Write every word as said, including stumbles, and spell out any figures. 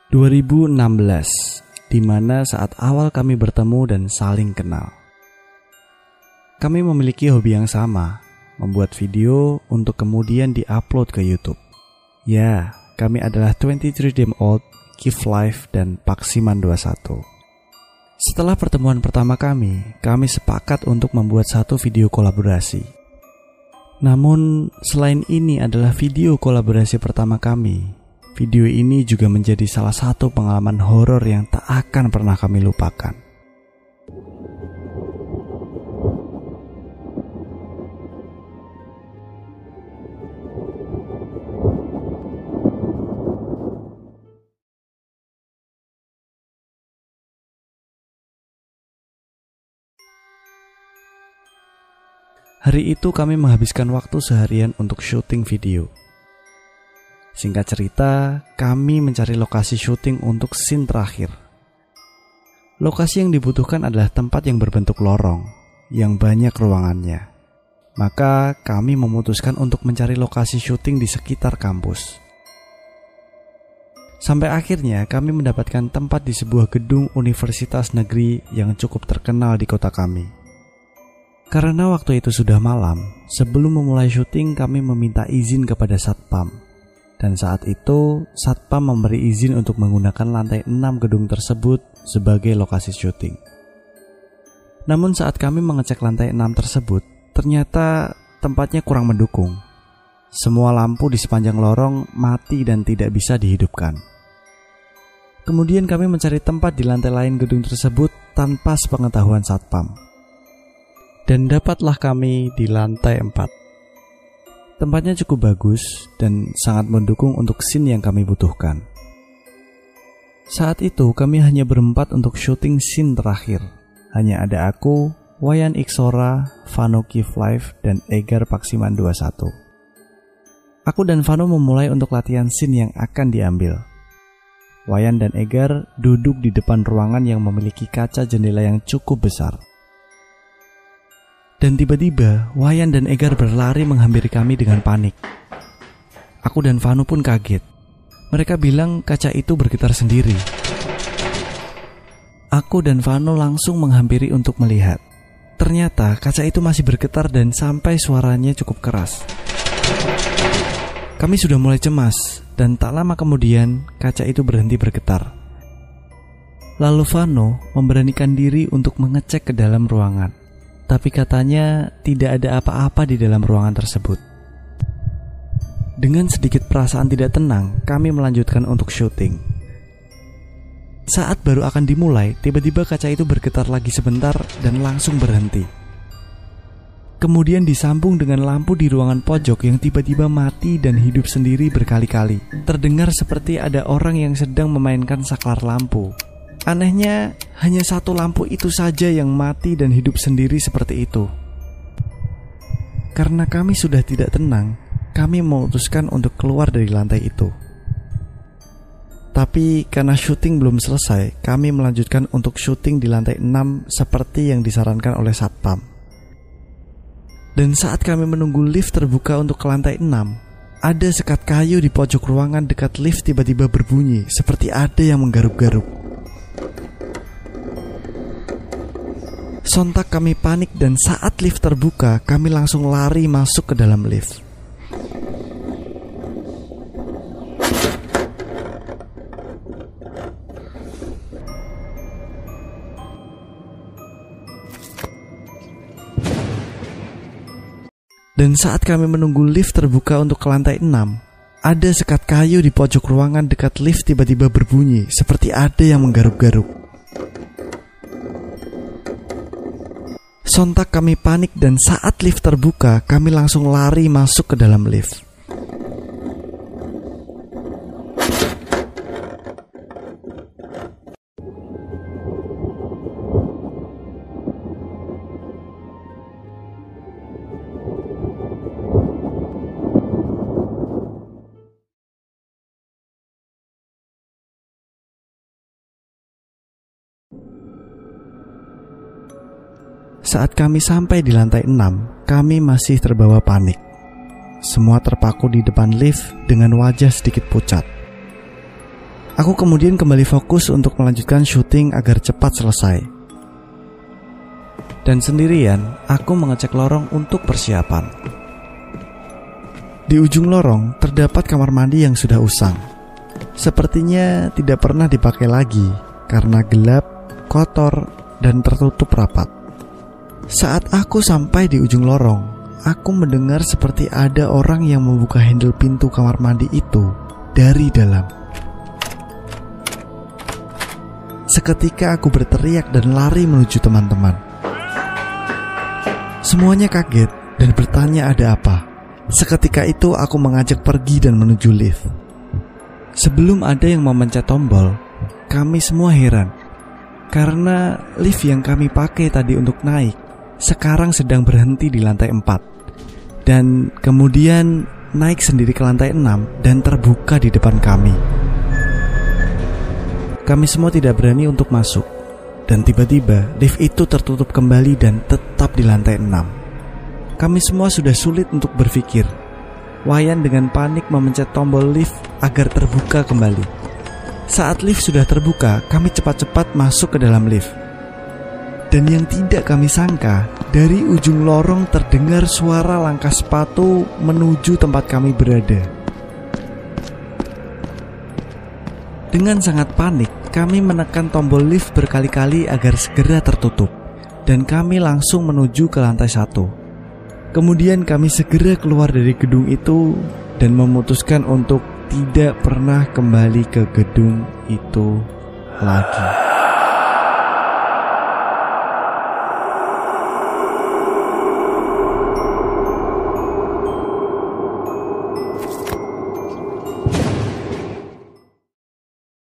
dua ribu enam belas, di mana saat awal kami bertemu dan saling kenal. Kami memiliki hobi yang sama, membuat video untuk kemudian diupload ke YouTube. Ya, kami adalah dua puluh tiga Damn Old, Keep Life, dan Paksiman dua puluh satu. Setelah pertemuan pertama kami, kami sepakat untuk membuat satu video kolaborasi. Namun, selain ini adalah video kolaborasi pertama kami, video ini juga menjadi salah satu pengalaman horor yang tak akan pernah kami lupakan. Hari itu kami menghabiskan waktu seharian untuk syuting video. Singkat cerita, kami mencari lokasi syuting untuk scene terakhir. Lokasi yang dibutuhkan adalah tempat yang berbentuk lorong, yang banyak ruangannya. Maka kami memutuskan untuk mencari lokasi syuting di sekitar kampus. Sampai akhirnya kami mendapatkan tempat di sebuah gedung universitas negeri yang cukup terkenal di kota kami. Karena waktu itu sudah malam, sebelum memulai syuting kami meminta izin kepada Satpam. Dan saat itu, Satpam memberi izin untuk menggunakan lantai enam gedung tersebut sebagai lokasi syuting. Namun saat kami mengecek lantai enam tersebut, ternyata tempatnya kurang mendukung. Semua lampu di sepanjang lorong mati dan tidak bisa dihidupkan. Kemudian kami mencari tempat di lantai lain gedung tersebut tanpa sepengetahuan Satpam. Dan dapatlah kami di lantai empat. Tempatnya cukup bagus dan sangat mendukung untuk scene yang kami butuhkan. Saat itu kami hanya berempat untuk syuting scene terakhir. Hanya ada aku, Wayan Iksora, Vano Keep Life, dan Egar Paksiman dua puluh satu. Aku dan Vano memulai untuk latihan scene yang akan diambil. Wayan dan Egar duduk di depan ruangan yang memiliki kaca jendela yang cukup besar. Dan tiba-tiba, Wayan dan Egar berlari menghampiri kami dengan panik. Aku dan Vano pun kaget. Mereka bilang kaca itu bergetar sendiri. Aku dan Vano langsung menghampiri untuk melihat. Ternyata kaca itu masih bergetar dan sampai suaranya cukup keras. Kami sudah mulai cemas, dan tak lama kemudian kaca itu berhenti bergetar. Lalu Vano memberanikan diri untuk mengecek ke dalam ruangan. Tapi katanya tidak ada apa-apa di dalam ruangan tersebut. Dengan sedikit perasaan tidak tenang, kami melanjutkan untuk syuting. Saat baru akan dimulai, tiba-tiba kaca itu bergetar lagi sebentar dan langsung berhenti. Kemudian disambung dengan lampu di ruangan pojok yang tiba-tiba mati dan hidup sendiri berkali-kali. Terdengar seperti ada orang yang sedang memainkan saklar lampu. Anehnya, hanya satu lampu itu saja yang mati dan hidup sendiri seperti itu. Karena kami sudah tidak tenang, kami memutuskan untuk keluar dari lantai itu. Tapi karena syuting belum selesai, kami melanjutkan untuk syuting di lantai enam seperti yang disarankan oleh Satpam. Dan saat kami menunggu lift terbuka untuk ke lantai enam, ada sekat kayu di pojok ruangan dekat lift tiba-tiba berbunyi seperti ada yang menggaruk-garuk. Sontak kami panik dan saat lift terbuka, kami langsung lari masuk ke dalam lift. Dan saat kami menunggu lift terbuka untuk ke lantai enam, ada sekat kayu di pojok ruangan dekat lift tiba-tiba berbunyi seperti ada yang menggaruk-garuk. Sontak kami panik dan saat lift terbuka, kami langsung lari masuk ke dalam lift. Saat kami sampai di lantai enam, kami masih terbawa panik. Semua terpaku di depan lift dengan wajah sedikit pucat. Aku kemudian kembali fokus untuk melanjutkan syuting agar cepat selesai. Dan sendirian, aku mengecek lorong untuk persiapan. Di ujung lorong terdapat kamar mandi yang sudah usang. Sepertinya tidak pernah dipakai lagi karena gelap, kotor, dan tertutup rapat. Saat aku sampai di ujung lorong, aku mendengar seperti ada orang yang membuka handle pintu kamar mandi itu dari dalam. Seketika aku berteriak dan lari menuju teman-teman. Semuanya kaget dan bertanya ada apa. Seketika itu aku mengajak pergi dan menuju lift. Sebelum ada yang memencet tombol, kami semua heran. Karena lift yang kami pakai tadi untuk naik, sekarang sedang berhenti di lantai empat. Dan kemudian naik sendiri ke lantai enam dan terbuka di depan kami. Kami semua tidak berani untuk masuk. Dan tiba-tiba lift itu tertutup kembali dan tetap di lantai enam. Kami semua sudah sulit untuk berpikir. Wayan dengan panik memencet tombol lift agar terbuka kembali. Saat lift sudah terbuka, kami cepat-cepat masuk ke dalam lift. Dan yang tidak kami sangka, dari ujung lorong terdengar suara langkah sepatu menuju tempat kami berada. Dengan sangat panik, kami menekan tombol lift berkali-kali agar segera tertutup, dan kami langsung menuju ke lantai satu. Kemudian kami segera keluar dari gedung itu dan memutuskan untuk tidak pernah kembali ke gedung itu lagi.